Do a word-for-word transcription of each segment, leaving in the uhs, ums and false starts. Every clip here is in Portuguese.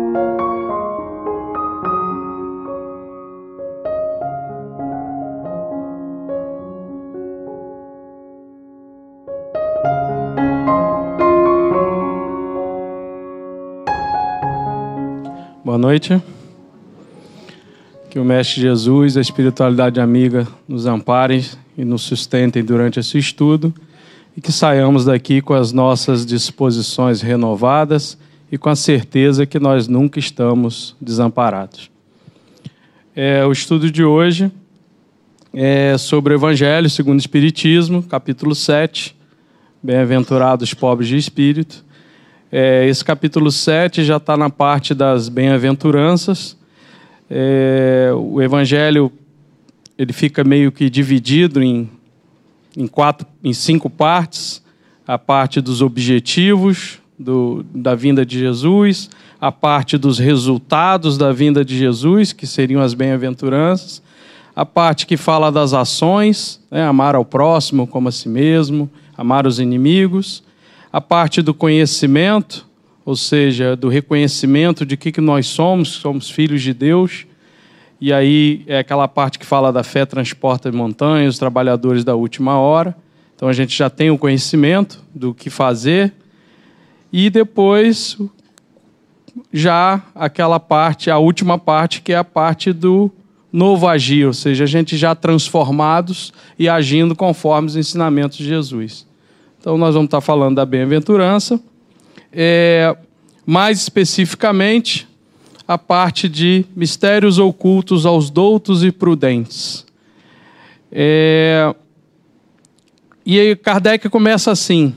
Boa noite. Que o Mestre Jesus, a espiritualidade amiga, nos amparem e nos sustentem durante esse estudo e que saiamos daqui com as nossas disposições renovadas e com a certeza que nós nunca estamos desamparados. É, o estudo de hoje é sobre o Evangelho segundo o Espiritismo, capítulo sete, Bem-aventurados pobres de espírito. É, esse capítulo sete já está na parte das bem-aventuranças. É, o Evangelho ele fica meio que dividido em, em, quatro, em cinco partes. A parte dos objetivos do, da vinda de Jesus, a parte dos resultados da vinda de Jesus, que seriam as bem-aventuranças, a parte que fala das ações, né, amar ao próximo como a si mesmo, amar os inimigos, a parte do conhecimento, ou seja, do reconhecimento de que, que nós somos, somos filhos de Deus. E aí é aquela parte que fala da fé transporta montanhas, os trabalhadores da última hora. Então a gente já tem o conhecimento do que fazer. E depois já aquela parte, a última parte, que é a parte do novo agir, ou seja, a gente já transformados e agindo conforme os ensinamentos de Jesus. Então, nós vamos estar falando da bem-aventurança, é, mais especificamente, a parte de mistérios ocultos aos doutos e prudentes. É, e aí, Kardec começa assim,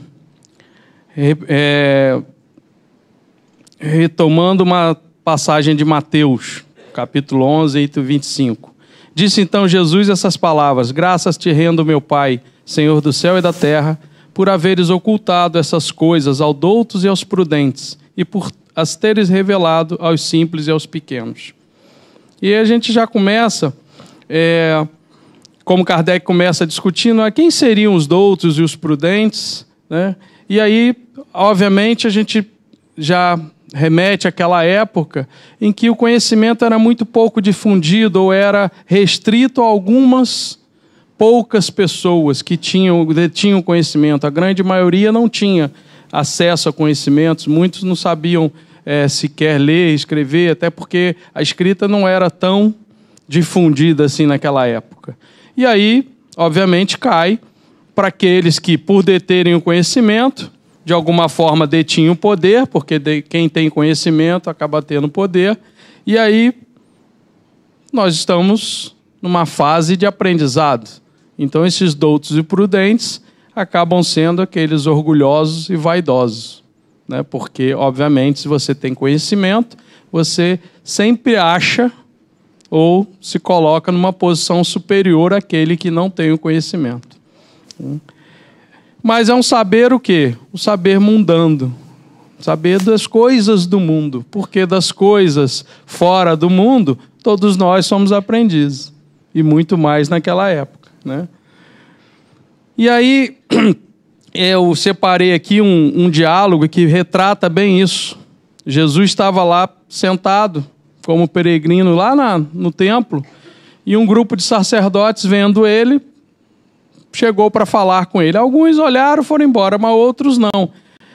é, retomando uma passagem de Mateus, capítulo onze, item vinte e cinco. Disse então Jesus essas palavras: graças te rendo, meu Pai, Senhor do céu e da terra, por haveres ocultado essas coisas aos doutos e aos prudentes, e por as teres revelado aos simples e aos pequenos. E a gente já começa, é, como Kardec começa discutindo, a quem seriam os doutos e os prudentes, né? E aí, obviamente, a gente já remete àquela época em que o conhecimento era muito pouco difundido ou era restrito a algumas poucas pessoas que tinham, detinham conhecimento. A grande maioria não tinha acesso a conhecimentos, muitos não sabiam é, sequer ler e escrever, até porque a escrita não era tão difundida assim naquela época. E aí, obviamente, cai para aqueles que, por deterem o conhecimento, de alguma forma detinham o poder, porque de, quem tem conhecimento acaba tendo poder, e aí nós estamos numa fase de aprendizado. Então, esses doutos e prudentes acabam sendo aqueles orgulhosos e vaidosos, né? Porque, obviamente, se você tem conhecimento, você sempre acha ou se coloca numa posição superior àquele que não tem o conhecimento. Mas é um saber o quê? Um saber mundano. Saber das coisas do mundo. Porque das coisas fora do mundo, todos nós somos aprendizes. E muito mais naquela época, né? E aí, eu separei aqui um, um diálogo que retrata bem isso. Jesus estava lá sentado, como peregrino, lá na, no templo, e um grupo de sacerdotes, vendo ele, chegou para falar com ele. Alguns olharam e foram embora, mas outros não.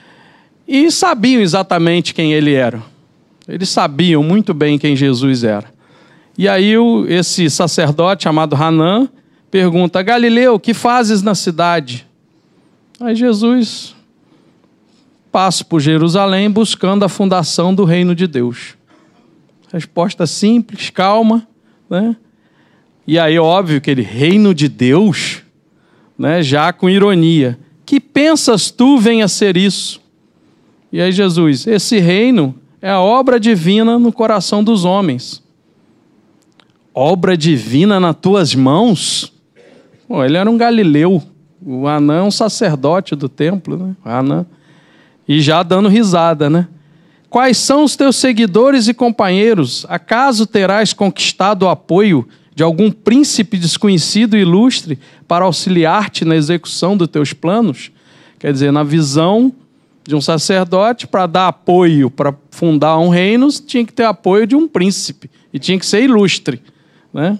E sabiam exatamente quem ele era. Eles sabiam muito bem quem Jesus era. E aí o, esse sacerdote chamado Hanã pergunta: Galileu, que fazes na cidade? Aí Jesus passa por Jerusalém buscando a fundação do reino de Deus. Resposta simples, calma, né? E aí, óbvio que ele, reino de Deus, né? Já com ironia. Que pensas tu venha ser isso? E aí Jesus, esse reino é a obra divina no coração dos homens. Obra divina nas tuas mãos? Pô, ele era um galileu. O Hanã é um sacerdote do templo, né? Hanã. E já dando risada, né? Quais são os teus seguidores e companheiros? Acaso terás conquistado o apoio de algum príncipe desconhecido e ilustre para auxiliar-te na execução dos teus planos? Quer dizer, na visão de um sacerdote, para dar apoio, para fundar um reino, tinha que ter apoio de um príncipe, e tinha que ser ilustre, né?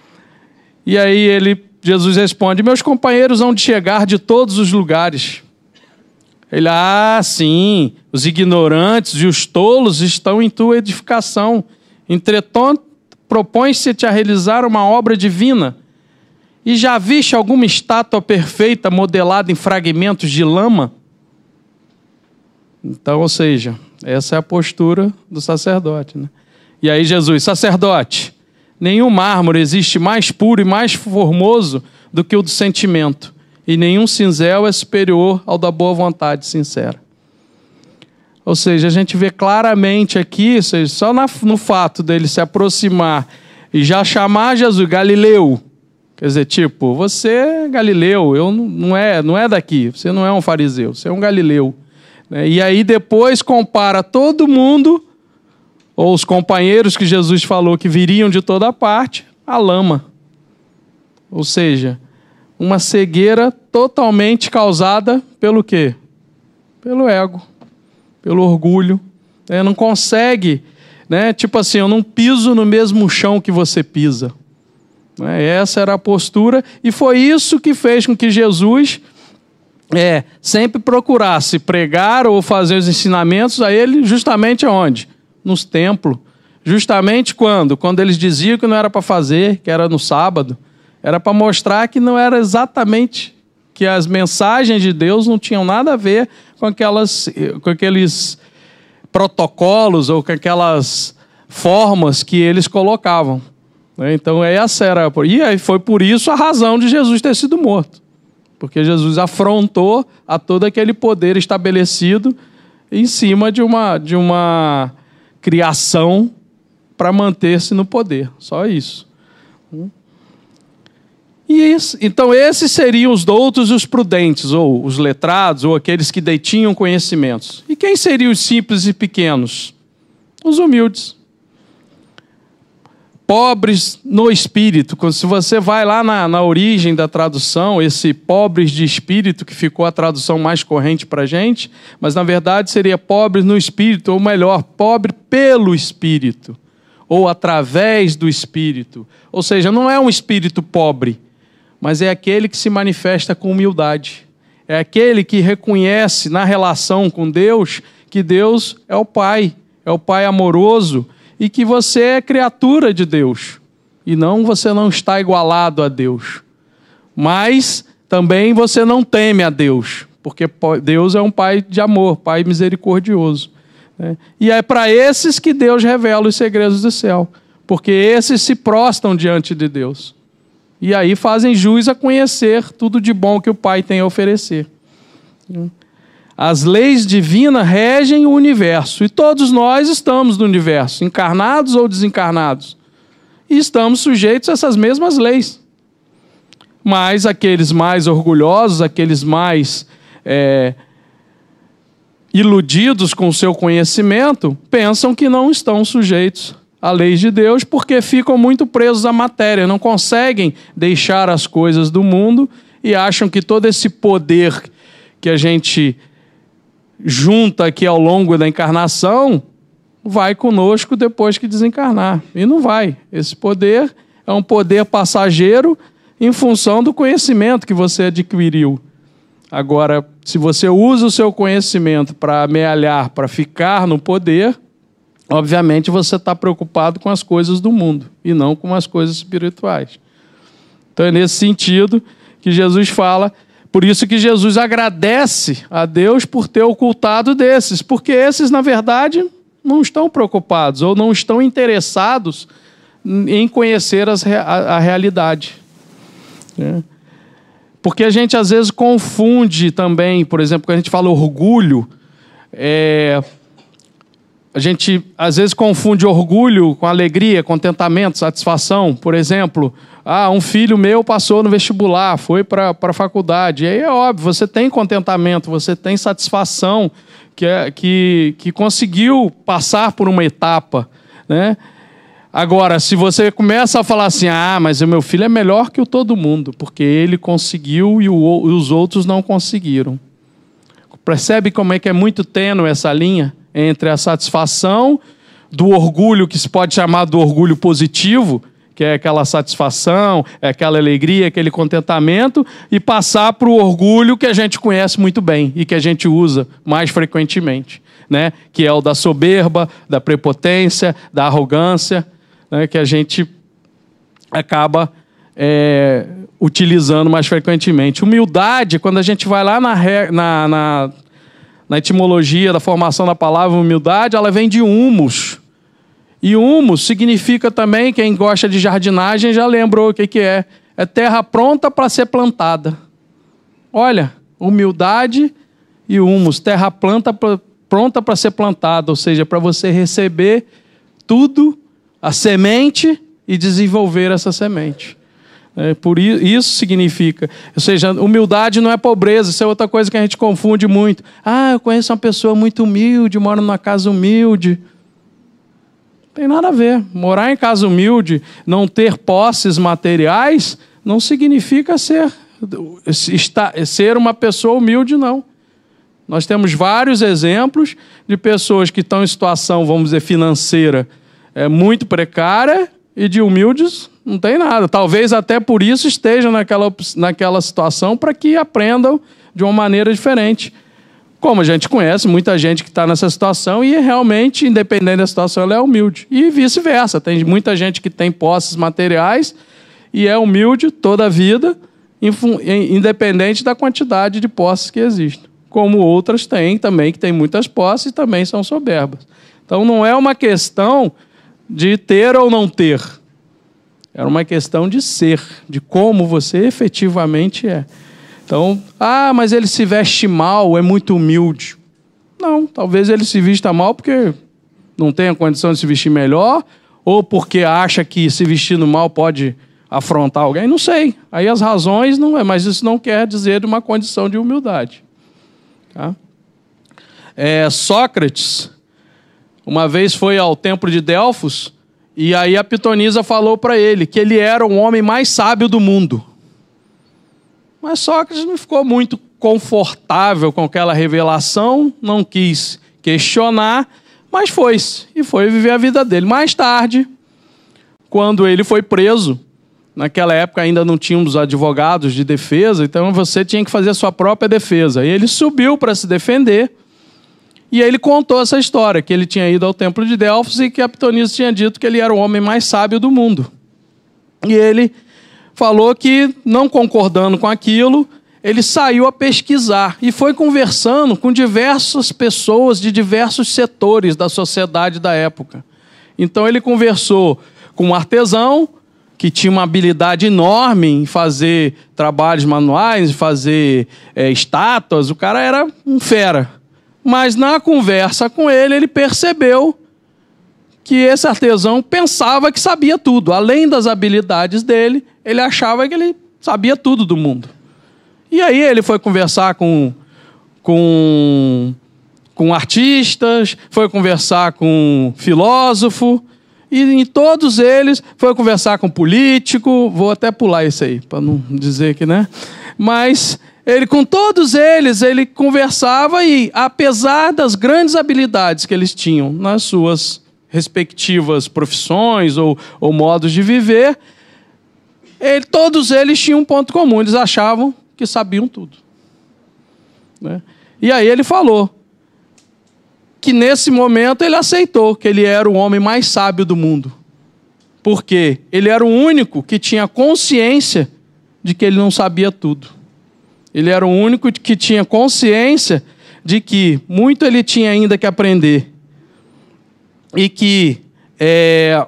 E aí ele, Jesus responde: meus companheiros hão de chegar de todos os lugares. Ele, ah, sim, os ignorantes e os tolos estão em tua edificação. Entretanto, propões-te a realizar uma obra divina. E já viste alguma estátua perfeita modelada em fragmentos de lama? Então, ou seja, essa é a postura do sacerdote, né? E aí Jesus: sacerdote, nenhum mármore existe mais puro e mais formoso do que o do sentimento, e nenhum cinzel é superior ao da boa vontade sincera. Ou seja, a gente vê claramente aqui, ou seja, só no fato dele se aproximar e já chamar Jesus Galileu, quer dizer, tipo, você é Galileu, eu não é, não é daqui, você não é um fariseu, você é um Galileu. E aí depois compara todo mundo, ou os companheiros que Jesus falou que viriam de toda parte, à lama. Ou seja, uma cegueira totalmente causada pelo quê? Pelo ego, pelo orgulho. É, não consegue, né? Tipo assim, eu não piso no mesmo chão que você pisa. É, essa era a postura, e foi isso que fez com que Jesus é, sempre procurasse pregar ou fazer os ensinamentos a ele justamente aonde? Nos templos. Justamente quando? Quando eles diziam que não era para fazer, que era no sábado. Era para mostrar que não era exatamente, que as mensagens de Deus não tinham nada a ver com, aquelas, com aqueles protocolos ou com aquelas formas que eles colocavam. Então essa era, e aí foi por isso a razão de Jesus ter sido morto. Porque Jesus afrontou a todo aquele poder estabelecido em cima de uma, de uma criação para manter-se no poder. Só isso. E isso, então esses seriam os doutos e os prudentes, ou os letrados, ou aqueles que detinham conhecimentos. E quem seriam os simples e pequenos? Os humildes. Pobres no espírito. Se você vai lá na, na origem da tradução, esse pobres de espírito, que ficou a tradução mais corrente para a gente, mas na verdade seria pobres no espírito, ou melhor, pobre pelo espírito, ou através do espírito. Ou seja, não é um espírito pobre, mas é aquele que se manifesta com humildade. É aquele que reconhece na relação com Deus que Deus é o Pai, é o Pai amoroso, e que você é criatura de Deus. E não, você não está igualado a Deus. Mas também você não teme a Deus, porque Deus é um Pai de amor, Pai misericordioso. Né? E é para esses que Deus revela os segredos do céu, porque esses se prostram diante de Deus. E aí fazem jus a conhecer tudo de bom que o Pai tem a oferecer. As leis divinas regem o universo, e todos nós estamos no universo, encarnados ou desencarnados. E estamos sujeitos a essas mesmas leis. Mas aqueles mais orgulhosos, aqueles mais é, iludidos com o seu conhecimento, pensam que não estão sujeitos a leis de Deus, porque ficam muito presos à matéria, não conseguem deixar as coisas do mundo e acham que todo esse poder que a gente junta aqui ao longo da encarnação vai conosco depois que desencarnar. E não vai. Esse poder é um poder passageiro em função do conhecimento que você adquiriu. Agora, se você usa o seu conhecimento para amealhar, para ficar no poder, obviamente você está preocupado com as coisas do mundo e não com as coisas espirituais. Então é nesse sentido que Jesus fala, por isso que Jesus agradece a Deus por ter ocultado desses, porque esses, na verdade, não estão preocupados ou não estão interessados em conhecer as, a, a realidade. É. Porque a gente às vezes confunde também, por exemplo, quando a gente fala orgulho, é, a gente às vezes confunde orgulho com alegria, contentamento, satisfação. Por exemplo, ah, um filho meu passou no vestibular, foi para a faculdade. E aí é óbvio, você tem contentamento, você tem satisfação que, é, que, que conseguiu passar por uma etapa, né? Agora, se você começa a falar assim, ah, mas o meu filho é melhor que o todo mundo, porque ele conseguiu e, o, e os outros não conseguiram. Percebe como é que é muito tênue essa linha entre a satisfação do orgulho, que se pode chamar do orgulho positivo, que é aquela satisfação, é aquela alegria, aquele contentamento, e passar para o orgulho que a gente conhece muito bem e que a gente usa mais frequentemente, né? Que é o da soberba, da prepotência, da arrogância, né? Que a gente acaba é, utilizando mais frequentemente. Humildade, quando a gente vai lá na, na, na, na etimologia da formação da palavra humildade, ela vem de humus. E humus significa também, quem gosta de jardinagem já lembrou o que, que é. É terra pronta para ser plantada. Olha, humildade e humus, terra planta, pronta para ser plantada, ou seja, para você receber tudo, a semente e desenvolver essa semente. É, por isso significa, ou seja, humildade não é pobreza, isso é outra coisa que a gente confunde muito. Ah, eu conheço uma pessoa muito humilde, mora numa casa humilde. Tem nada a ver. Morar em casa humilde, não ter posses materiais, não significa ser, estar, ser uma pessoa humilde, não. Nós temos vários exemplos de pessoas que estão em situação, vamos dizer, financeira é, muito precária e de humildes não tem nada. Talvez até por isso estejam naquela, naquela situação para que aprendam de uma maneira diferente. Como a gente conhece muita gente que está nessa situação e realmente, independente da situação, ela é humilde. E vice-versa. Tem muita gente que tem posses materiais e é humilde toda a vida, independente da quantidade de posses que existem. Como outras têm também, que têm muitas posses e também são soberbas. Então não é uma questão de ter ou não ter. É uma questão de ser, de como você efetivamente é. Então, ah, mas ele se veste mal, é muito humilde. Não, talvez ele se vista mal porque não tem a condição de se vestir melhor, ou porque acha que se vestindo mal pode afrontar alguém, não sei. Aí as razões não é, mas isso não quer dizer uma condição de humildade. Tá? É, Sócrates, uma vez foi ao templo de Delfos, e aí a pitonisa falou para ele que ele era o homem mais sábio do mundo. Mas Sócrates não ficou muito confortável com aquela revelação, não quis questionar, mas foi-se e foi viver a vida dele. Mais tarde, quando ele foi preso, naquela época ainda não tínhamos advogados de defesa, então você tinha que fazer a sua própria defesa. E ele subiu para se defender, e aí ele contou essa história, que ele tinha ido ao templo de Delfos e que a pitonisa tinha dito que ele era o homem mais sábio do mundo. E ele falou que, não concordando com aquilo, ele saiu a pesquisar e foi conversando com diversas pessoas de diversos setores da sociedade da época. Então ele conversou com um artesão que tinha uma habilidade enorme em fazer trabalhos manuais, em fazer é, estátuas, o cara era um fera. Mas na conversa com ele, ele percebeu que esse artesão pensava que sabia tudo. Além das habilidades dele, ele achava que ele sabia tudo do mundo. E aí ele foi conversar com, com, com artistas, foi conversar com filósofo, e em todos eles foi conversar com político. Vou até pular isso aí, para não dizer que, né? Mas ele, com todos eles, ele conversava e, apesar das grandes habilidades que eles tinham nas suas respectivas profissões ou, ou modos de viver, ele, todos eles tinham um ponto comum, eles achavam que sabiam tudo. Né? E aí ele falou que nesse momento ele aceitou que ele era o homem mais sábio do mundo. Porque ele era o único que tinha consciência de que ele não sabia tudo. Ele era o único que tinha consciência de que muito ele tinha ainda que aprender. E que é,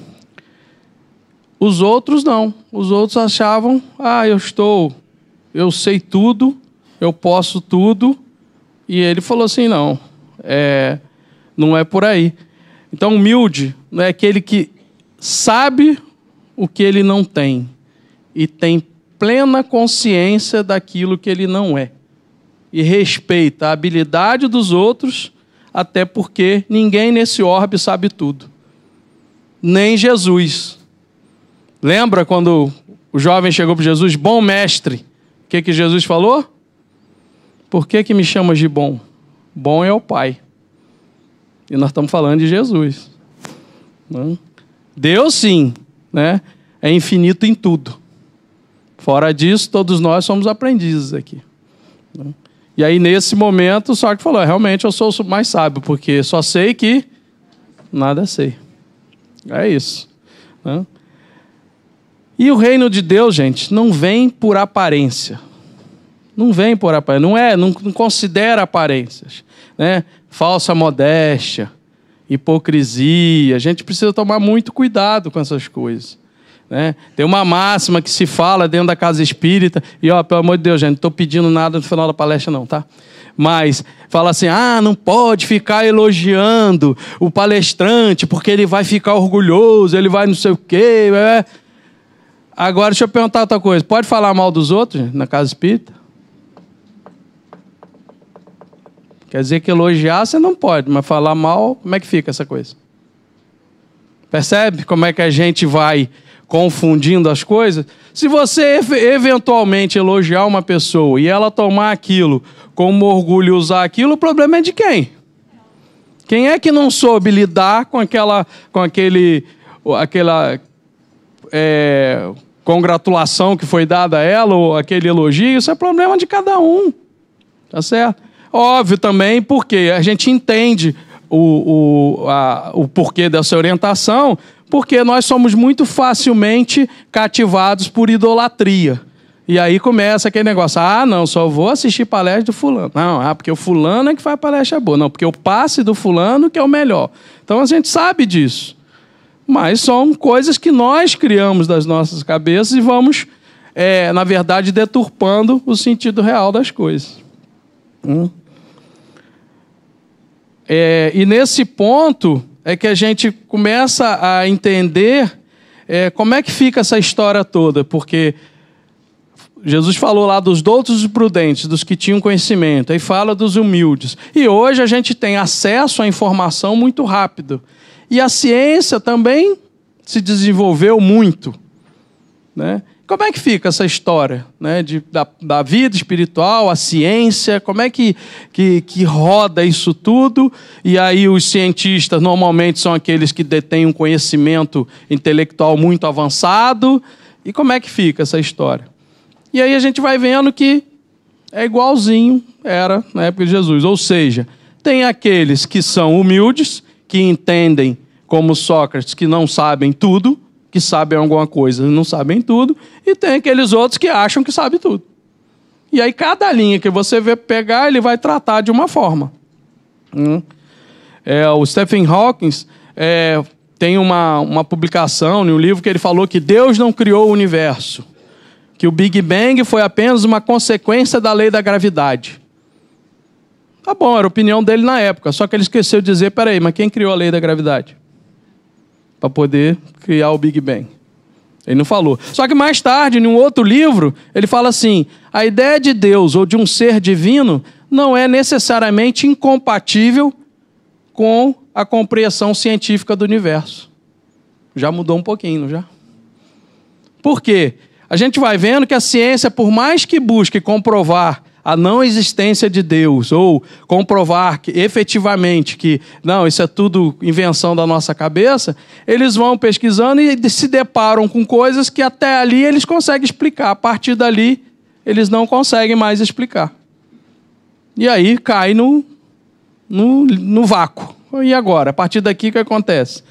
os outros não. Os outros achavam, ah, eu estou, eu sei tudo, eu posso tudo. E ele falou assim, não, é, não é por aí. Então, humilde não é aquele que sabe o que ele não tem e tem plena consciência daquilo que ele não é. E respeita a habilidade dos outros, até porque ninguém nesse orbe sabe tudo. Nem Jesus. Lembra quando o jovem chegou para Jesus? Bom mestre. O que, que Jesus falou? Por que que me chamas de bom? Bom é o Pai. E nós estamos falando de Jesus. Né? Deus, sim, né? É infinito em tudo. Fora disso, todos nós somos aprendizes aqui. Né? E aí, nesse momento, o Sócrates falou, realmente eu sou o mais sábio, porque só sei que nada sei. É isso. Né? E o reino de Deus, gente, não vem por aparência. Não vem por aparência. Não é, não, não considera aparências. Né? Falsa modéstia, hipocrisia. A gente precisa tomar muito cuidado com essas coisas. Né? Tem uma máxima que se fala dentro da casa espírita, e ó, pelo amor de Deus, gente, não estou pedindo nada no final da palestra não, tá? Mas fala assim, ah, não pode ficar elogiando o palestrante, porque ele vai ficar orgulhoso, ele vai não sei o quê. É. Agora, deixa eu perguntar outra coisa, pode falar mal dos outros, gente, na casa espírita? Quer dizer que elogiar você não pode, mas falar mal, como é que fica essa coisa? Percebe como é que a gente vai confundindo as coisas? Se você eventualmente elogiar uma pessoa e ela tomar aquilo como orgulho e usar aquilo, o problema é de quem? Quem é que não soube lidar com aquela, com aquele, aquela é, congratulação que foi dada a ela, ou aquele elogio? Isso é problema de cada um. Tá certo? Óbvio também, porque a gente entende o, o, a, o porquê dessa orientação, porque nós somos muito facilmente cativados por idolatria. E aí começa aquele negócio, ah, não, só vou assistir palestra do fulano. Não, ah, porque o fulano é que faz palestra boa. Não, porque o passe do fulano que é o melhor. Então a gente sabe disso. Mas são coisas que nós criamos das nossas cabeças e vamos, é, na verdade, deturpando o sentido real das coisas. Hum. É, e nesse ponto é que a gente começa a entender é, como é que fica essa história toda, porque Jesus falou lá dos doutos e prudentes, dos que tinham conhecimento, aí fala dos humildes. E hoje a gente tem acesso à informação muito rápido. E a ciência também se desenvolveu muito. Né? Como é que fica essa história, né, de, da, da vida espiritual, a ciência, como é que, que, que roda isso tudo? E aí os cientistas normalmente são aqueles que detêm um conhecimento intelectual muito avançado. E como é que fica essa história? E aí a gente vai vendo que é igualzinho era na época de Jesus. Ou seja, tem aqueles que são humildes, que entendem, como Sócrates, que não sabem tudo, que sabem alguma coisa e não sabem tudo, e tem aqueles outros que acham que sabem tudo. E aí cada linha que você vê pegar, ele vai tratar de uma forma. Hum. É, o Stephen Hawking é, tem uma, uma publicação, um livro que ele falou que Deus não criou o universo, que o Big Bang foi apenas uma consequência da lei da gravidade. Tá bom, era a opinião dele na época, só que ele esqueceu de dizer, peraí, mas quem criou a lei da gravidade? Para poder criar o Big Bang. Ele não falou. Só que mais tarde, em um outro livro, ele fala assim, a ideia de Deus ou de um ser divino não é necessariamente incompatível com a compreensão científica do universo. Já mudou um pouquinho, não já? Por quê? A gente vai vendo que a ciência, por mais que busque comprovar a não existência de Deus, ou comprovar que, efetivamente que, não, isso é tudo invenção da nossa cabeça, eles vão pesquisando e se deparam com coisas que até ali eles conseguem explicar. A partir dali, eles não conseguem mais explicar. E aí cai no, no, no vácuo. E agora? A partir daqui, o que acontece?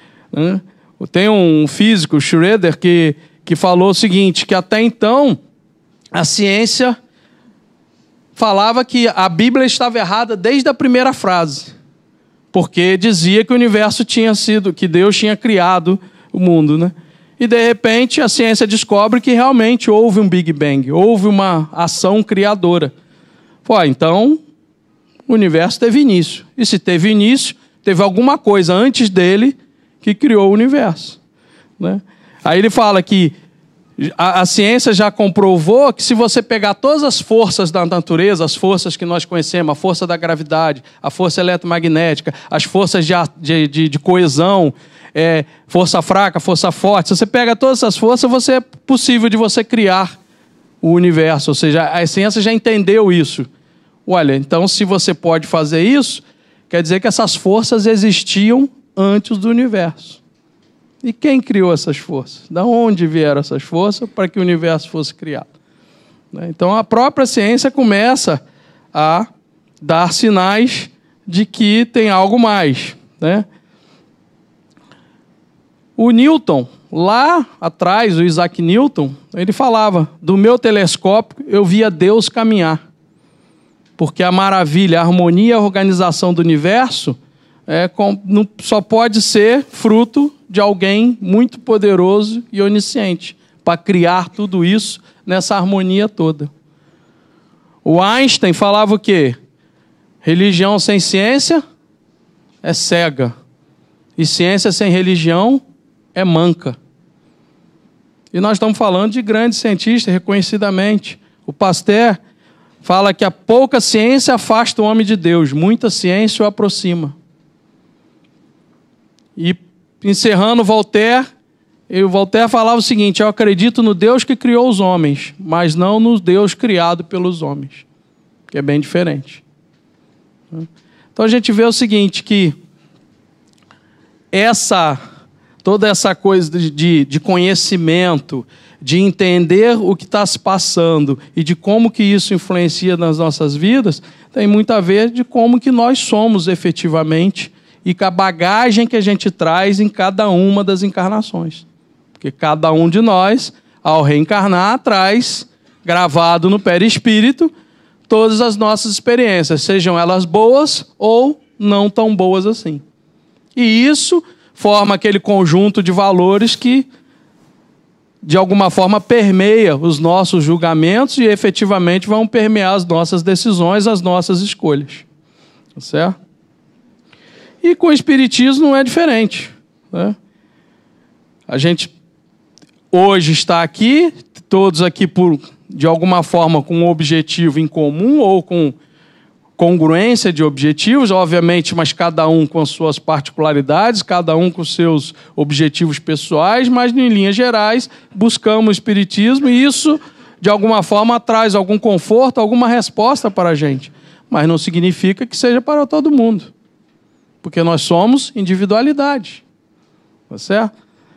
Tem um físico, Schrödinger, que, que falou o seguinte, que até então a ciência falava que a Bíblia estava errada desde a primeira frase, porque dizia que o universo tinha sido, que Deus tinha criado o mundo, né? E de repente a ciência descobre que realmente houve um Big Bang, houve uma ação criadora. Pô, então o universo teve início. E se teve início, teve alguma coisa antes dele que criou o universo, né? Aí ele fala que A, a ciência já comprovou que se você pegar todas as forças da natureza, as forças que nós conhecemos, a força da gravidade, a força eletromagnética, as forças de, de, de, de coesão, é, força fraca, força forte, se você pega todas essas forças, você é possível de você criar o universo. Ou seja, a ciência já entendeu isso. Olha, então se você pode fazer isso, quer dizer que essas forças existiam antes do universo. E quem criou essas forças? De onde vieram essas forças para que o universo fosse criado? Então a própria ciência começa a dar sinais de que tem algo mais, né? O Newton, lá atrás, o Isaac Newton, ele falava, do meu telescópio eu via Deus caminhar. Porque a maravilha, a harmonia, a organização do universo é, com, não, só pode ser fruto de alguém muito poderoso e onisciente para criar tudo isso nessa harmonia toda. O Einstein falava o quê? Religião sem ciência é cega. E ciência sem religião é manca. E nós estamos falando de grandes cientistas, reconhecidamente. O Pasteur fala que a pouca ciência afasta o homem de Deus, muita ciência o aproxima. E encerrando Voltaire, o Voltaire falava o seguinte, eu acredito no Deus que criou os homens, mas não no Deus criado pelos homens, que é bem diferente. Então a gente vê o seguinte, que essa, toda essa coisa de, de conhecimento, de entender o que está se passando e de como que isso influencia nas nossas vidas, tem muito a ver de como que nós somos efetivamente e com a bagagem que a gente traz em cada uma das encarnações. Porque cada um de nós, ao reencarnar, traz, gravado no perispírito, todas as nossas experiências, sejam elas boas ou não tão boas assim. E isso forma aquele conjunto de valores que, de alguma forma, permeia os nossos julgamentos e efetivamente vão permear as nossas decisões, as nossas escolhas. Tá certo? E com o Espiritismo não é diferente, né? A gente hoje está aqui, todos aqui por, de alguma forma, com um objetivo em comum ou com congruência de objetivos, obviamente, mas cada um com as suas particularidades, cada um com os seus objetivos pessoais, mas, em linhas gerais, buscamos o Espiritismo e isso, de alguma forma, traz algum conforto, alguma resposta para a gente. Mas não significa que seja para todo mundo, porque nós somos individualidade. Tá certo?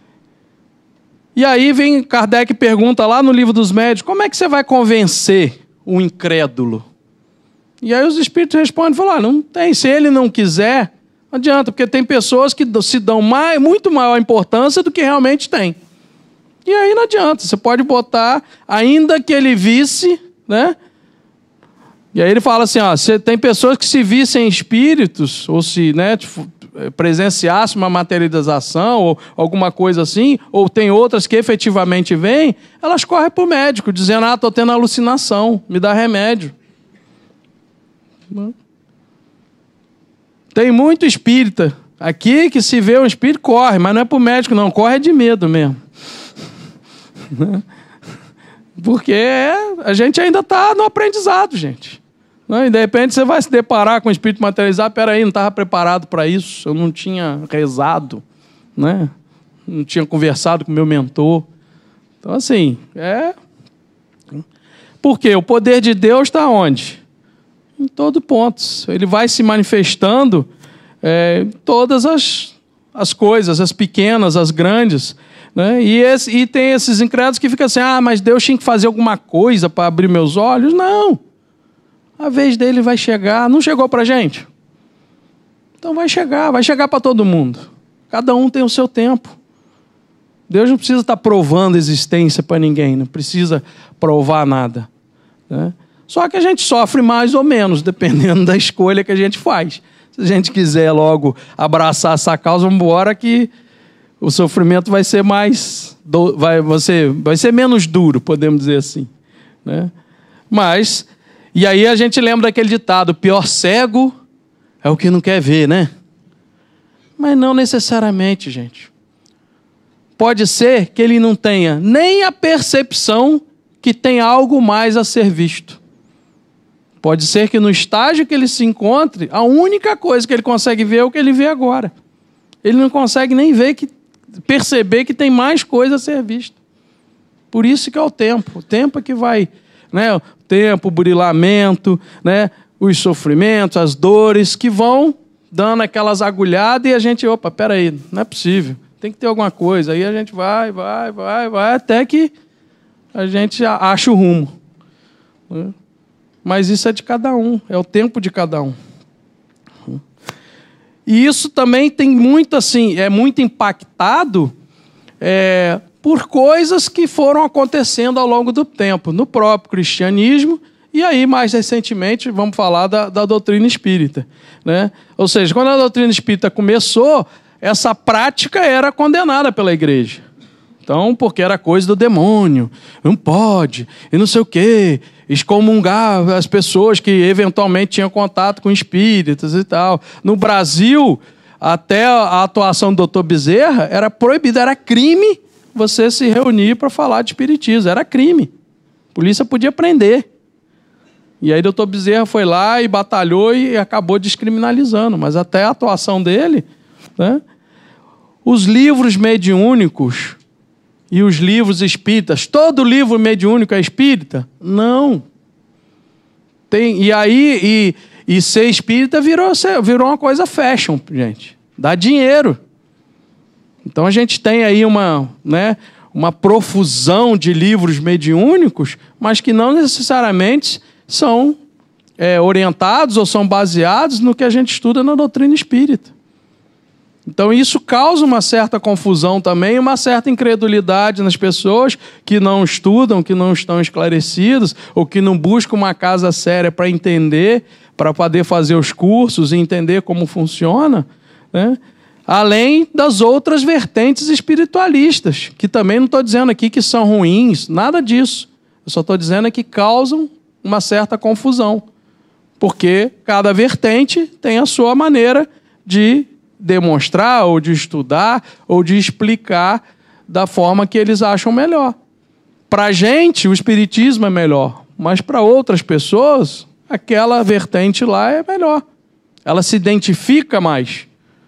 E aí vem Kardec pergunta lá no Livro dos Médiuns, como é que você vai convencer o incrédulo? E aí os espíritos respondem, falam, ah, não tem, se ele não quiser, não adianta, porque tem pessoas que se dão mais, muito maior importância do que realmente tem. E aí não adianta, você pode botar, ainda que ele visse, né? E aí ele fala assim, ó, você tem pessoas que se vissem espíritos, ou se, né, tipo, presenciasse uma materialização, ou alguma coisa assim, ou tem outras que efetivamente vêm, elas correm para o médico, dizendo, ah, estou tendo alucinação, me dá remédio. Tem muito espírita aqui que se vê um espírito, corre, mas não é para o médico não, corre de medo mesmo. Porque a gente ainda está no aprendizado, gente. E de repente você vai se deparar com o espírito materializado, peraí, não estava preparado para isso, eu não tinha rezado, né? Não tinha conversado com o meu mentor. Então assim, é... Por quê? O poder de Deus está onde? Em todo ponto. Ele vai se manifestando é, em todas as, as coisas, as pequenas, as grandes. Né? E, esse, e tem esses incrédulos que ficam assim, ah, mas Deus tinha que fazer alguma coisa para abrir meus olhos. Não. A vez dele vai chegar. Não chegou para a gente? Então vai chegar, vai chegar para todo mundo. Cada um tem o seu tempo. Deus não precisa estar provando existência para ninguém, não precisa provar nada. Né? Só que a gente sofre mais ou menos, dependendo da escolha que a gente faz. Se a gente quiser logo abraçar essa causa, vamos embora que o sofrimento vai ser mais... Do... Vai, você... vai ser menos duro, podemos dizer assim. Né? Mas... E aí a gente lembra daquele ditado, o pior cego é o que não quer ver, né? Mas não necessariamente, gente. Pode ser que ele não tenha nem a percepção que tem algo mais a ser visto. Pode ser que no estágio que ele se encontre, a única coisa que ele consegue ver é o que ele vê agora. Ele não consegue nem ver que, perceber que tem mais coisa a ser vista. Por isso que é o tempo. O tempo é que vai... Né? O tempo, o burilamento, né? os sofrimentos, as dores que vão dando aquelas agulhadas e a gente, opa, peraí, não é possível, tem que ter alguma coisa. Aí a gente vai, vai, vai, vai, até que a gente acha o rumo. Mas isso é de cada um, é o tempo de cada um. E isso também tem muito assim, é muito impactado é, por coisas que foram acontecendo ao longo do tempo, no próprio cristianismo, e aí, mais recentemente, vamos falar da, da doutrina espírita, né? Ou seja, quando a doutrina espírita começou, essa prática era condenada pela igreja. Então, porque era coisa do demônio, não pode, e não sei o quê, excomungar as pessoas que eventualmente tinham contato com espíritas e tal. No Brasil, até a atuação do doutor Bezerra, era proibido, era crime você se reunir para falar de espiritismo, era crime. A polícia podia prender. E aí o doutor Bezerra foi lá e batalhou e acabou descriminalizando. Mas até a atuação dele, né? Os livros mediúnicos e os livros espíritas, todo livro mediúnico é espírita? Não. Tem, e aí, e, e ser espírita virou, virou uma coisa fashion, gente. Dá dinheiro. Então a gente tem aí uma, né, uma profusão de livros mediúnicos, mas que não necessariamente são é, orientados ou são baseados no que a gente estuda na doutrina espírita. Então isso causa uma certa confusão também, uma certa incredulidade nas pessoas que não estudam, que não estão esclarecidas, ou que não buscam uma casa séria para entender, para poder fazer os cursos e entender como funciona, né? Além das outras vertentes espiritualistas, que também não estou dizendo aqui que são ruins, nada disso. Eu só estou dizendo que causam uma certa confusão, porque cada vertente tem a sua maneira de demonstrar, ou de estudar, ou de explicar da forma que eles acham melhor. Para a gente, o espiritismo é melhor, mas para outras pessoas, aquela vertente lá é melhor. Ela se identifica mais.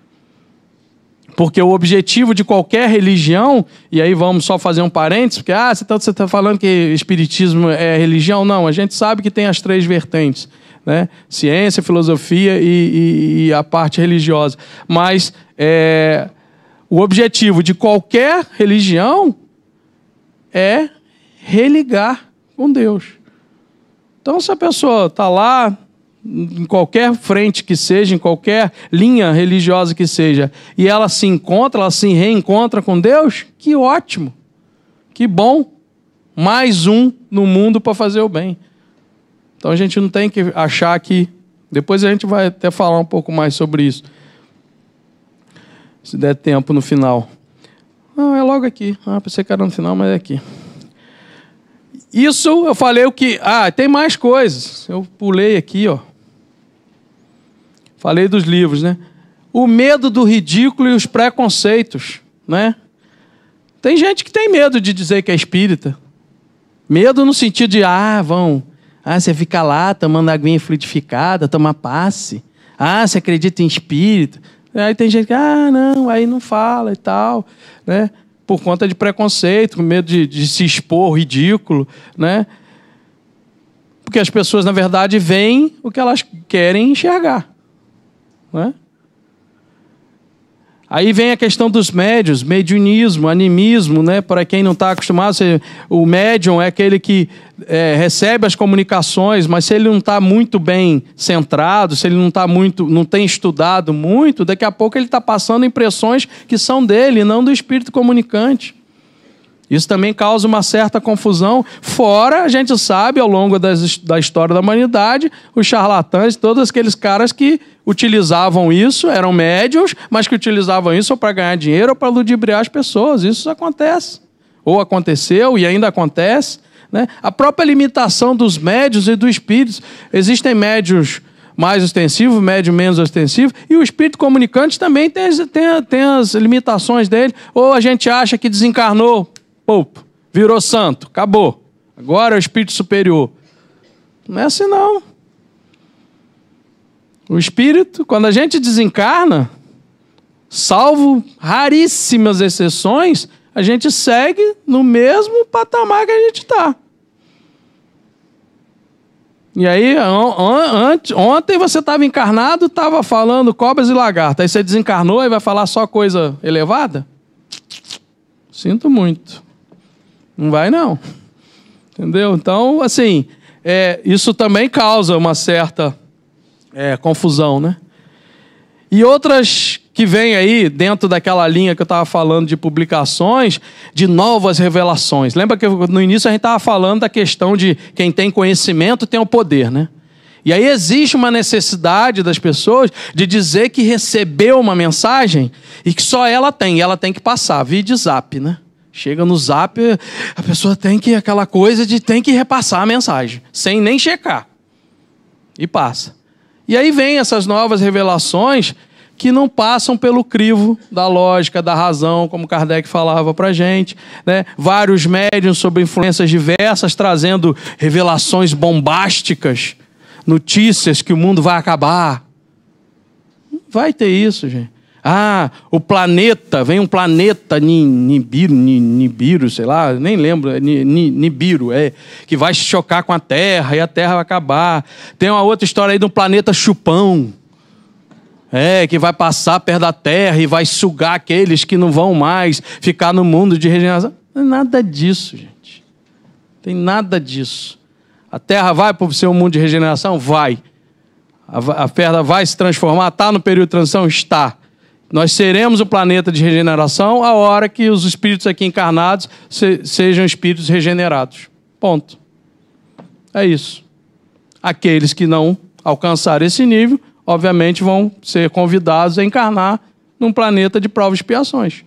Porque o objetivo de qualquer religião, e aí vamos só fazer um parênteses, porque ah, você está falando que espiritismo é religião? Não, a gente sabe que tem as três vertentes, né? Ciência, filosofia e, e, e a parte religiosa. Mas é, o objetivo de qualquer religião é religar com Deus. Então, se a pessoa está lá, em qualquer frente que seja, em qualquer linha religiosa que seja, e ela se encontra, ela se reencontra com Deus, que ótimo, que bom, mais um no mundo para fazer o bem. Então a gente não tem que achar que... Depois a gente vai até falar um pouco mais sobre isso, se der tempo no final. Não, é logo aqui. Ah, pensei que era no final, mas é aqui. Isso eu falei o que... Ah, tem mais coisas. Eu pulei aqui, ó. Falei dos livros, né? O medo do ridículo e os preconceitos, né? Tem gente que tem medo de dizer que é espírita. Medo no sentido de, ah, vão... Ah, você fica lá tomando aguinha fluidificada, toma passe. Ah, você acredita em espírito. Aí tem gente que, ah, não, aí não fala e tal, né? Por conta de preconceito, com medo de, de se expor, ridículo, né? Porque as pessoas, na verdade, veem o que elas querem enxergar, né? Aí vem a questão dos médiuns, mediunismo, animismo, né? Para quem não está acostumado, o médium é aquele que é, recebe as comunicações, mas se ele não está muito bem centrado, se ele não tá muito, não tem estudado muito, daqui a pouco ele está passando impressões que são dele, não do espírito comunicante. Isso também causa uma certa confusão. Fora, a gente sabe, ao longo das, da história da humanidade, os charlatães, todos aqueles caras que utilizavam isso, eram médiuns, mas que utilizavam isso para ganhar dinheiro ou para ludibriar as pessoas. Isso acontece. Ou aconteceu e ainda acontece, né? A própria limitação dos médiuns e dos espíritos. Existem médiuns mais ostensivos, médium menos ostensivo, e o espírito comunicante também tem, tem, tem as limitações dele. Ou a gente acha que desencarnou, pô, virou santo, acabou. Agora é o espírito superior. Não é assim, não. O espírito, quando a gente desencarna, salvo raríssimas exceções, a gente segue no mesmo patamar que a gente está. E aí, ontem você estava encarnado, estava falando cobras e lagartas. Aí você desencarnou e vai falar só coisa elevada? Sinto muito. Não vai, não. Entendeu? Então, assim, é, isso também causa uma certa é, confusão, né? E outras que vêm aí, dentro daquela linha que eu estava falando de publicações, de novas revelações. Lembra que no início a gente estava falando da questão de quem tem conhecimento tem o poder, né? E aí existe uma necessidade das pessoas de dizer que recebeu uma mensagem e que só ela tem, e ela tem que passar, via de zap, né? Chega no zap, a pessoa tem que, aquela coisa de tem que repassar a mensagem, sem nem checar. E passa. E aí vem essas novas revelações que não passam pelo crivo da lógica, da razão, como Kardec falava para a gente, né? Vários médiuns sobre influências diversas, trazendo revelações bombásticas, notícias que o mundo vai acabar. Não vai ter isso, gente. Ah, o planeta, vem um planeta Nibiru, Nibiru, sei lá, nem lembro, Nibiru, é, que vai se chocar com a Terra e a Terra vai acabar. Tem uma outra história aí de um planeta chupão, é, que vai passar perto da Terra e vai sugar aqueles que não vão mais ficar no mundo de regeneração. Não tem nada disso, gente. Não tem nada disso. A Terra vai para ser um mundo de regeneração? Vai. A Terra vai se transformar? Está no período de transição? Está. Nós seremos o planeta de regeneração a hora que os espíritos aqui encarnados se, sejam espíritos regenerados. Ponto. É isso. Aqueles que não alcançarem esse nível, obviamente, vão ser convidados a encarnar num planeta de provas e expiações.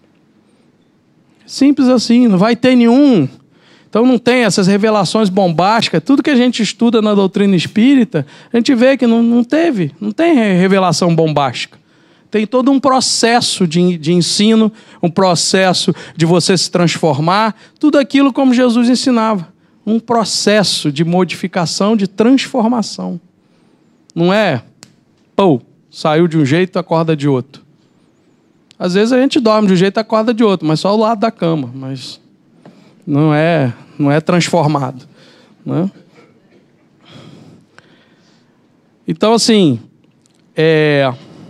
Simples assim, não vai ter nenhum. Então não tem essas revelações bombásticas. Tudo que a gente estuda na doutrina espírita, a gente vê que não, não teve, não tem revelação bombástica. Tem todo um processo de, de ensino, um processo de você se transformar, tudo aquilo como Jesus ensinava. Um processo de modificação, de transformação. Não é, pô, saiu de um jeito, acorda de outro. Às vezes a gente dorme de um jeito, acorda de outro, mas só o lado da cama, mas não é, não é transformado, né? Então, assim, é...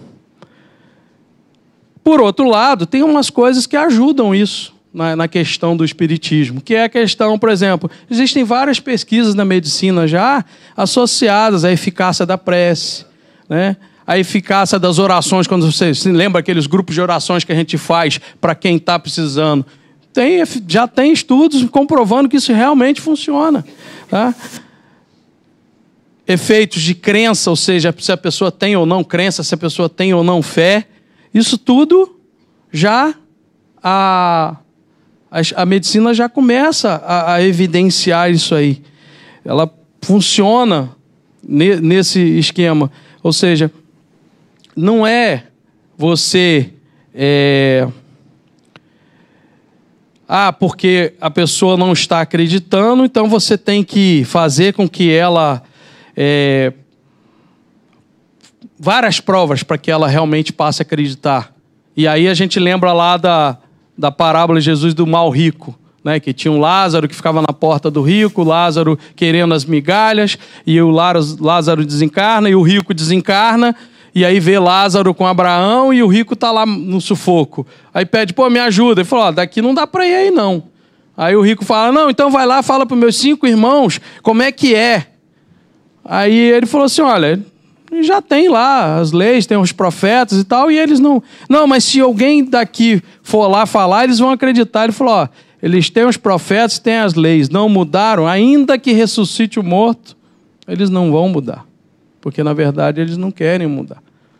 por outro lado, tem umas coisas que ajudam isso na, na questão do espiritismo, que é a questão, por exemplo, existem várias pesquisas na medicina já associadas à eficácia da prece, né? A eficácia das orações, quando você se lembra aqueles grupos de orações que a gente faz para quem está precisando. Tem, já tem estudos comprovando que isso realmente funciona, tá? Efeitos de crença, ou seja, se a pessoa tem ou não crença, se a pessoa tem ou não fé. Isso tudo já, a, a, a medicina já começa a, a evidenciar isso aí. Ela funciona ne, nesse esquema. Ou seja, não é você... É, ah, porque a pessoa não está acreditando, então você tem que fazer com que ela... É, várias provas para que ela realmente passe a acreditar. E aí a gente lembra lá da, da parábola de Jesus do mal rico, né? Que tinha um Lázaro que ficava na porta do rico, Lázaro querendo as migalhas, e o Lázaro desencarna, e o rico desencarna, e aí vê Lázaro com Abraão, e o rico está lá no sufoco. Aí pede, pô, me ajuda. Ele falou, ó, daqui não dá para ir aí não. Aí o rico fala, não, então vai lá, fala para os meus cinco irmãos como é que é. Aí ele falou assim, olha... já tem lá as leis, tem os profetas e tal, e eles não... Não, mas se alguém daqui for lá falar, eles vão acreditar. Ele falou, ó, eles têm os profetas, têm as leis, não mudaram, ainda que ressuscite o morto, eles não vão mudar. Porque, na verdade, eles não querem mudar.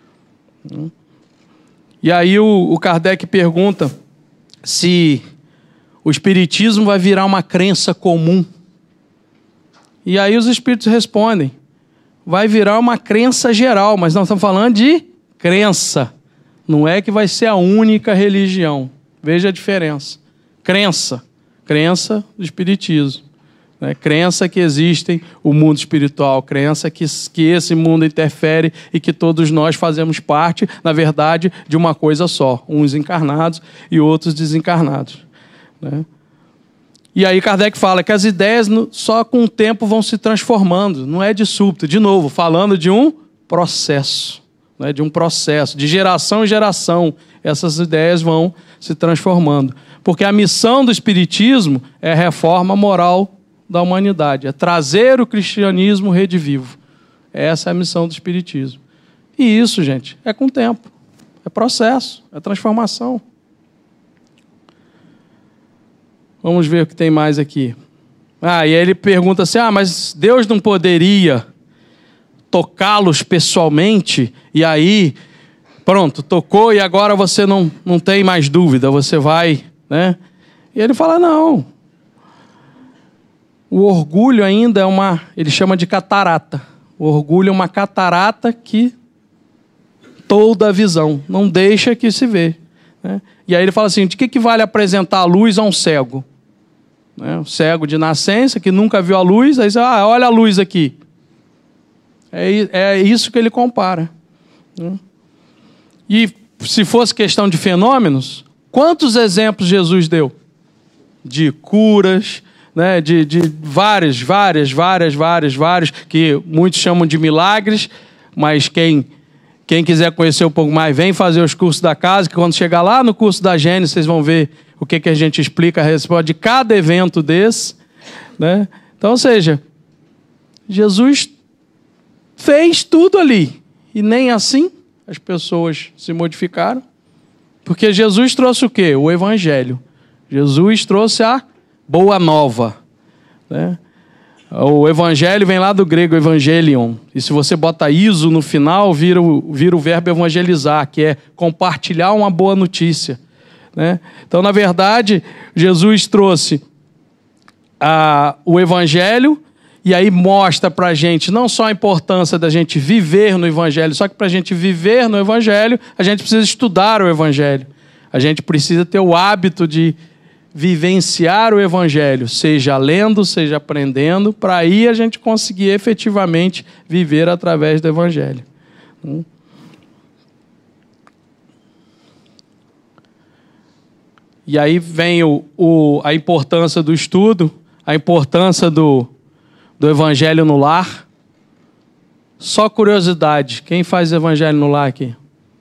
E aí o, o Kardec pergunta se o espiritismo vai virar uma crença comum. E aí os espíritos respondem, vai virar uma crença geral, mas nós estamos falando de crença. Não é que vai ser a única religião. Veja a diferença. Crença. Crença do espiritismo. Né? Crença que existe o mundo espiritual. Crença que, que esse mundo interfere e que todos nós fazemos parte, na verdade, de uma coisa só. Uns encarnados e outros desencarnados. Né? E aí Kardec fala que as ideias só com o tempo vão se transformando, não é de súbito. De novo, falando de um processo, né? De um processo, de geração em geração, essas ideias vão se transformando. Porque a missão do Espiritismo é a reforma moral da humanidade, é trazer o cristianismo redivivo. Essa é a missão do Espiritismo. E isso, gente, é com o tempo, é processo, é transformação. Vamos ver o que tem mais aqui. Ah, e aí ele pergunta assim, ah, mas Deus não poderia tocá-los pessoalmente? E aí, pronto, tocou e agora você não, não tem mais dúvida, você vai, né? E ele fala, não. O orgulho ainda é uma, ele chama de catarata. O orgulho é uma catarata que toda a visão, não deixa que se vê, né? E aí ele fala assim, de que, que vale apresentar a luz a um cego? Né? Um cego de nascença, que nunca viu a luz, aí você, ah, olha a luz aqui. É, é isso que ele compara, né? E se fosse questão de fenômenos, quantos exemplos Jesus deu? De curas, né? de, de várias, várias, várias, várias, várias, que muitos chamam de milagres, mas quem... Quem quiser conhecer um pouco mais, vem fazer os cursos da casa, que quando chegar lá no curso da Gênesis, vocês vão ver o que, que a gente explica a respeito de cada evento desse, né? Então, ou seja, Jesus fez tudo ali. E nem assim as pessoas se modificaram. Porque Jesus trouxe o quê? O Evangelho. Jesus trouxe a Boa Nova, né? O evangelho vem lá do grego evangelion. E se você bota iso no final, vira o, vira o verbo evangelizar, que é compartilhar uma boa notícia, né? Então, na verdade, Jesus trouxe a, o evangelho e aí mostra para a gente não só a importância da gente viver no evangelho, só que para a gente viver no evangelho, a gente precisa estudar o evangelho. A gente precisa ter o hábito de vivenciar o evangelho, seja lendo, seja aprendendo, para aí a gente conseguir efetivamente viver através do evangelho. E aí vem o, o, a importância do estudo, a importância do, do evangelho no lar. Só curiosidade, quem faz evangelho no lar aqui?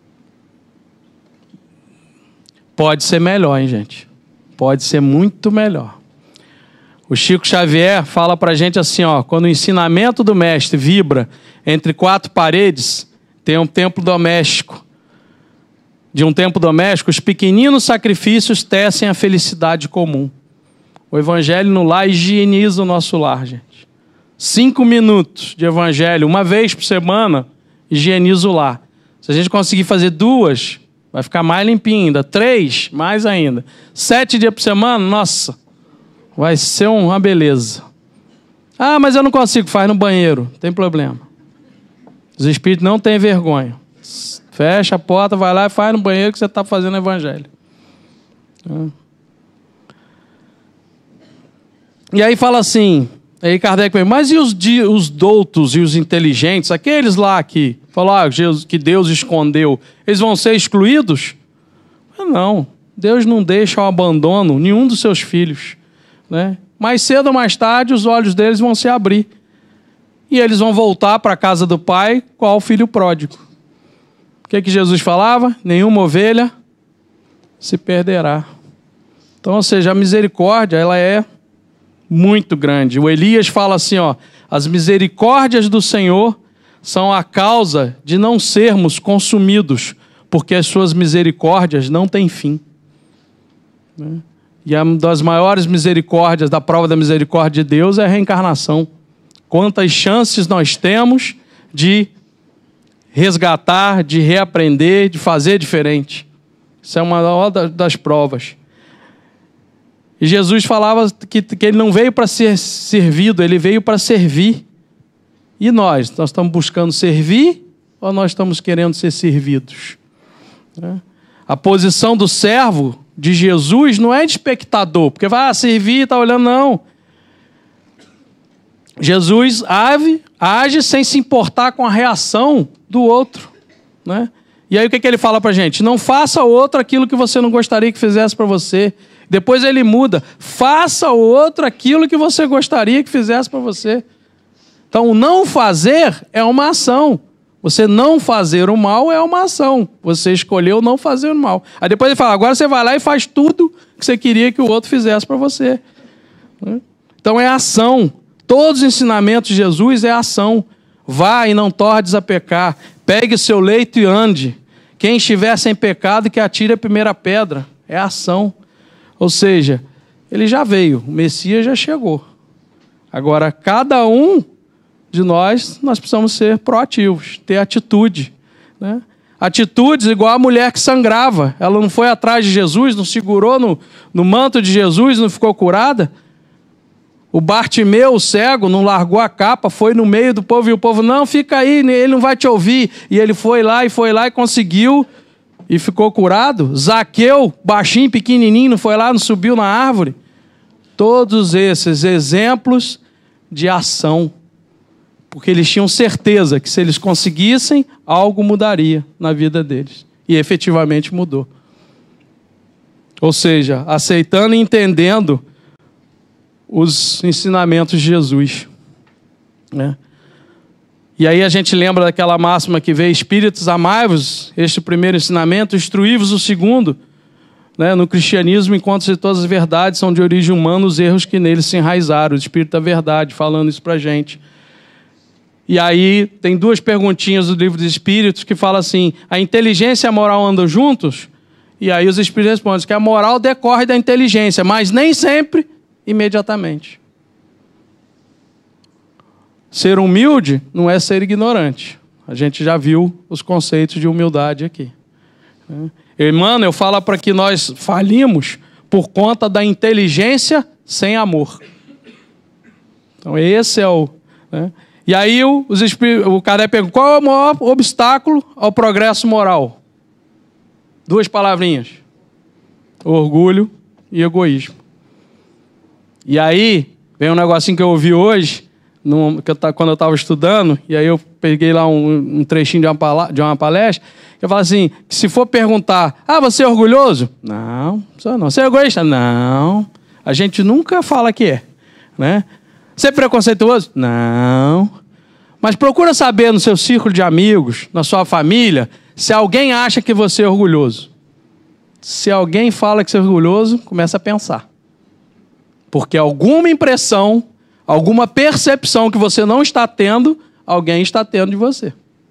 Pode ser melhor, hein, gente? Pode ser muito melhor. O Chico Xavier fala para a gente assim, ó, quando o ensinamento do mestre vibra entre quatro paredes, tem um templo doméstico. De um templo doméstico, os pequeninos sacrifícios tecem a felicidade comum. O evangelho no lar higieniza o nosso lar, gente. Cinco minutos de evangelho, uma vez por semana, higieniza o lar. Se a gente conseguir fazer duas, vai ficar mais limpinho ainda. Três, mais ainda. Sete dias por semana, nossa, vai ser uma beleza. Ah, mas eu não consigo, faz no banheiro, não tem problema. Os espíritos não têm vergonha. Fecha a porta, vai lá e faz no banheiro que você está fazendo evangelho. E aí fala assim, aí Kardec pergunta, mas e os, os doutos e os inteligentes, aqueles lá que falaram ah, que Deus escondeu, eles vão ser excluídos? Não, Deus não deixa ao abandono nenhum dos seus filhos, né? Mais cedo ou mais tarde os olhos deles vão se abrir e eles vão voltar para a casa do Pai qual o filho pródigo. O que, que Jesus falava? Nenhuma ovelha se perderá. Então, ou seja, a misericórdia ela é muito grande. O Elias fala assim, ó, as misericórdias do Senhor são a causa de não sermos consumidos, porque as suas misericórdias não têm fim. Né? E uma das maiores misericórdias, da prova da misericórdia de Deus é a reencarnação. Quantas chances nós temos de resgatar, de reaprender, de fazer diferente. Isso é uma das provas. E Jesus falava que, que ele não veio para ser servido, ele veio para servir. E nós? Nós estamos buscando servir ou nós estamos querendo ser servidos? É. A posição do servo de Jesus não é de espectador, porque vai ah, servir e está olhando, não. Jesus age, age sem se importar com a reação do outro, né? E aí o que, que ele fala pra gente? Não faça ao outro aquilo que você não gostaria que fizesse para você. Depois ele muda. Faça ao outro aquilo que você gostaria que fizesse para você. Então, o não fazer é uma ação. Você não fazer o mal é uma ação. Você escolheu não fazer o mal. Aí depois ele fala, agora você vai lá e faz tudo que você queria que o outro fizesse para você. Então é ação. Todos os ensinamentos de Jesus é ação. Vá e não tordes a pecar. Pegue o seu leito e ande. Quem estiver sem pecado, que atire a primeira pedra. É ação. Ou seja, ele já veio, o Messias já chegou. Agora, cada um de nós, nós precisamos ser proativos, ter atitude. Né? Atitudes igual a mulher que sangrava. Ela não foi atrás de Jesus, não segurou no, no manto de Jesus, não ficou curada. O Bartimeu, o cego, não largou a capa, foi no meio do povo e o povo, não, fica aí, ele não vai te ouvir. E ele foi lá e foi lá e conseguiu e ficou curado. Zaqueu, baixinho, pequenininho, não foi lá, não subiu na árvore. Todos esses exemplos de ação. Porque eles tinham certeza que se eles conseguissem, algo mudaria na vida deles. E efetivamente mudou. Ou seja, aceitando e entendendo os ensinamentos de Jesus. Né? E aí a gente lembra daquela máxima que veio, espíritos amai-vos, este primeiro ensinamento, instruí-vos o segundo. Né? No cristianismo, enquanto todas as verdades são de origem humana, os erros que neles se enraizaram. O Espírito da Verdade, falando isso pra gente. E aí tem duas perguntinhas do livro dos Espíritos que fala assim, a inteligência e a moral andam juntos? E aí os Espíritos respondem que a moral decorre da inteligência, mas nem sempre imediatamente. Ser humilde não é ser ignorante. A gente já viu os conceitos de humildade aqui. Emmanuel fala para que nós falimos por conta da inteligência sem amor. Então esse é o... Né? E aí o, os espíritos, o Kardec pergunta, qual é o maior obstáculo ao progresso moral? Duas palavrinhas. Orgulho e egoísmo. E aí, vem um negocinho que eu ouvi hoje, no, que eu, quando eu estava estudando, e aí eu peguei lá um, um trechinho de uma, de uma palestra, que eu falo assim, que se for perguntar, ah, você é orgulhoso? Não, só não. Você é egoísta? Não. A gente nunca fala que é. Né? Você é preconceituoso? Não. Mas procura saber no seu círculo de amigos, na sua família, se alguém acha que você é orgulhoso. Se alguém fala que você é orgulhoso, começa a pensar. Porque alguma impressão, alguma percepção que você não está tendo, alguém está tendo de você.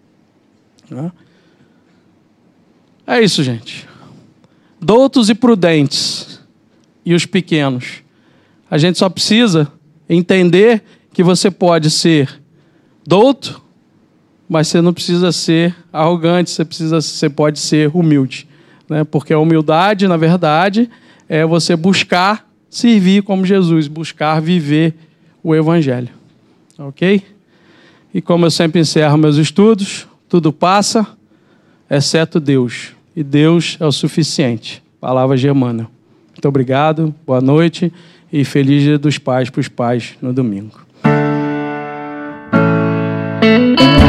É isso, gente. Doutos e prudentes. E os pequenos. A gente só precisa entender que você pode ser douto, mas você não precisa ser arrogante, você, precisa, você pode ser humilde. Né? Porque a humildade, na verdade, é você buscar servir como Jesus, buscar viver o Evangelho. Ok? E como eu sempre encerro meus estudos, tudo passa, exceto Deus. E Deus é o suficiente. Palavra de Emmanuel. Muito obrigado, boa noite e feliz Dia dos Pais para os pais no domingo.